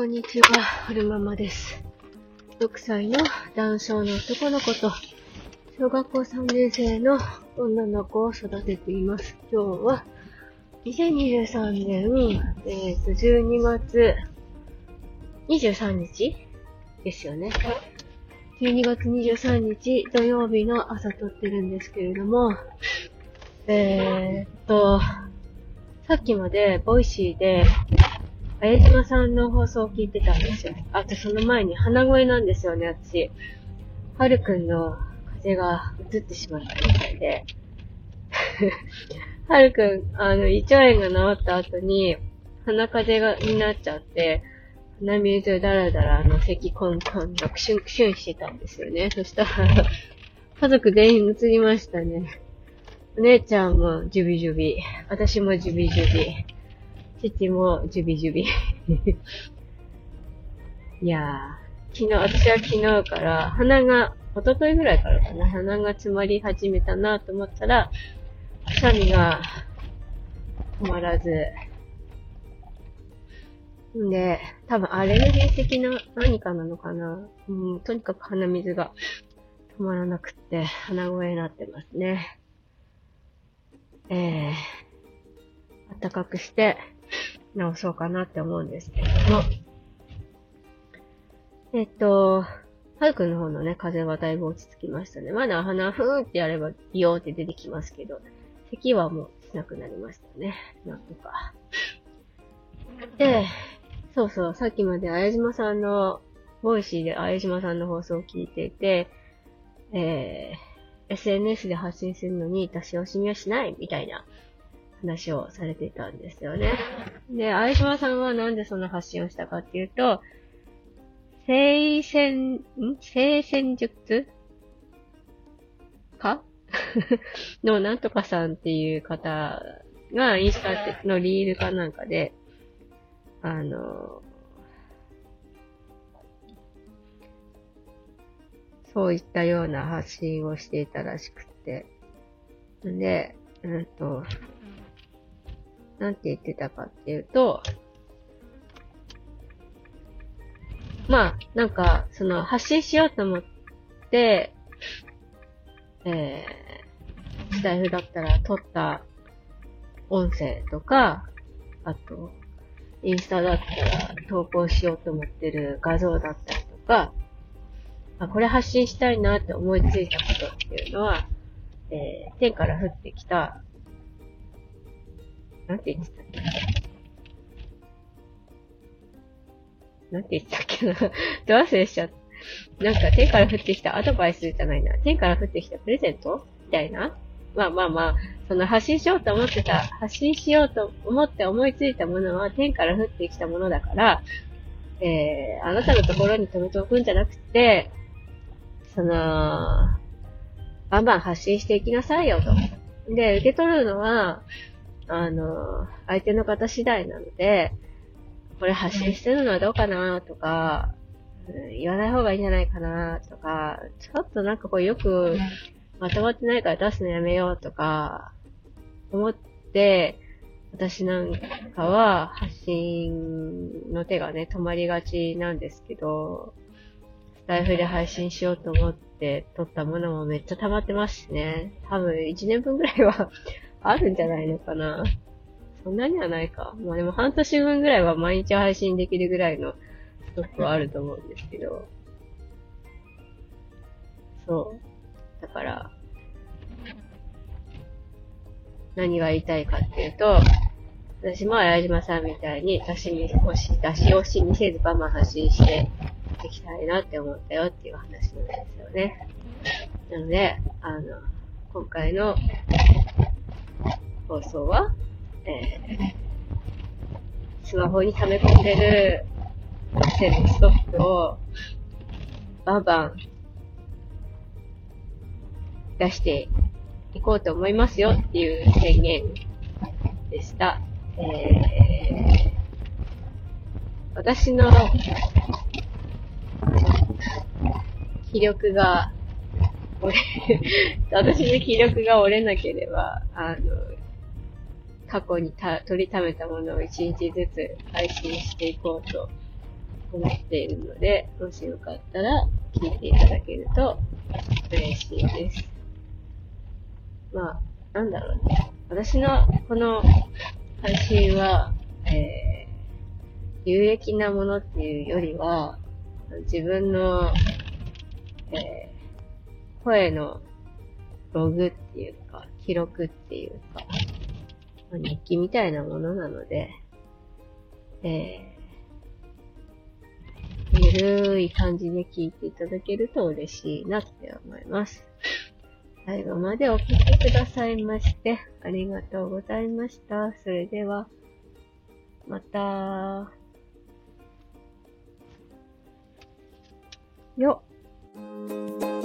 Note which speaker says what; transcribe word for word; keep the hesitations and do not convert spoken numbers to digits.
Speaker 1: んにちは、はるままです。ろくさいの男性の男の子と、小学校さんねん生の女の子を育てています。今日は、にせんにじゅうさんねん、えっと、じゅうにがつにじゅうさんにちですよね。じゅうにがつにじゅうさんにち土曜日の朝撮ってるんですけれども、えー、っと、さっきまでボイシーで、あやじまさんの放送を聞いてたんですよ。あとその前に鼻声なんですよね、私。はるくんの風邪が移ってしまったみたいで。はるくん、あの、胃腸炎が治った後に、鼻風邪が、になっちゃって、鼻水だらだら、あの、咳コンコンとクシュンクシュンしてたんですよね。そしたら、家族全員移りましたね。お姉ちゃんもジュビジュビ、私もジュビジュビ。父もジュビジュビ。いやー、昨日、私は昨日から鼻が、一昨日ぐらいからかな、鼻が詰まり始めたなと思ったら、くしゃみが止まらず、んで、多分アレルギー的な何かなのかな。うん、とにかく鼻水が止まらなくって、鼻声になってますね。えー、暖かくして、直そうかなって思うんですけれども。えっと、はるくんの方のね、風邪はだいぶ落ち着きましたね。まだ鼻ふーんってやればビヨーって出てきますけど、咳はもうしなくなりましたね。なんとか。で、そうそう、さっきまであやじまさんの、ボイシーであやじまさんの放送を聞いていて、えー、エスエヌエス で発信するのに出し惜しみはしないみたいな話をされていたんですよね。で、あやじまさんはなんでその発信をしたかっていうと、聖戦、ん聖戦術かのなんとかさんっていう方がインスタのリールかなんかで、あの、そういったような発信をしていたらしくて。で、うんと、なんて言ってたかっていうと、まあ、なんか、その、発信しようと思って、えー、スタイフだったら撮った音声とか、あと、インスタだったら投稿しようと思ってる画像だったりとか、あ、これ発信したいなって思いついたことっていうのは、えー、天から降ってきた、なんて言ってたっけなんて言ってたっけなど忘れしちゃった。なんか天から降ってきたアドバイスじゃないな。天から降ってきたプレゼントみたいな。まあまあまあ、その発信しようと思ってた、発信しようと思って思いついたものは天から降ってきたものだから、えー、あなたのところに留めておくんじゃなくて、その、バンバン発信していきなさいよと。で、受け取るのは、あの、相手の方次第なので、これ発信してるのはどうかなとか、うん、言わない方がいいんじゃないかなとか、ちょっとなんかこうよくまとまってないから出すのやめようとか、思って、私なんかは発信の手がね、止まりがちなんですけど、スタイフで配信しようと思って撮ったものもめっちゃ溜まってますしね。多分いちねんぶんぐらいはあるんじゃないのかな。そんなにはないか。まあでも半年分ぐらいは毎日配信できるぐらいのストックはあると思うんですけど。そう。だから、何が言いたいかっていうと、私もあやじまさんみたいに出し惜し、出し惜しみせずバンバン発信していきたいなって思ったよっていう話なんですよね。なので、あの、今回の放送は、えー、スマホに溜め込んでるセルストックをバンバン出していこうと思いますよっていう宣言でした。えー、私の気力が折れ私の気力が折れなければ、あの、過去にた取りためたものを一日ずつ配信していこうと思っているので、もしよかったら聞いていただけると嬉しいです。まあ、なんだろうね。私のこの配信は、えー、有益なものっていうよりは、自分の、えー、声のログっていうか、記録っていうか、まあ、日記みたいなものなので、えー、ゆるい感じで聞いていただけると嬉しいなって思います。最後までお聞きくださいまして、ありがとうございました。それでは、また、よっ。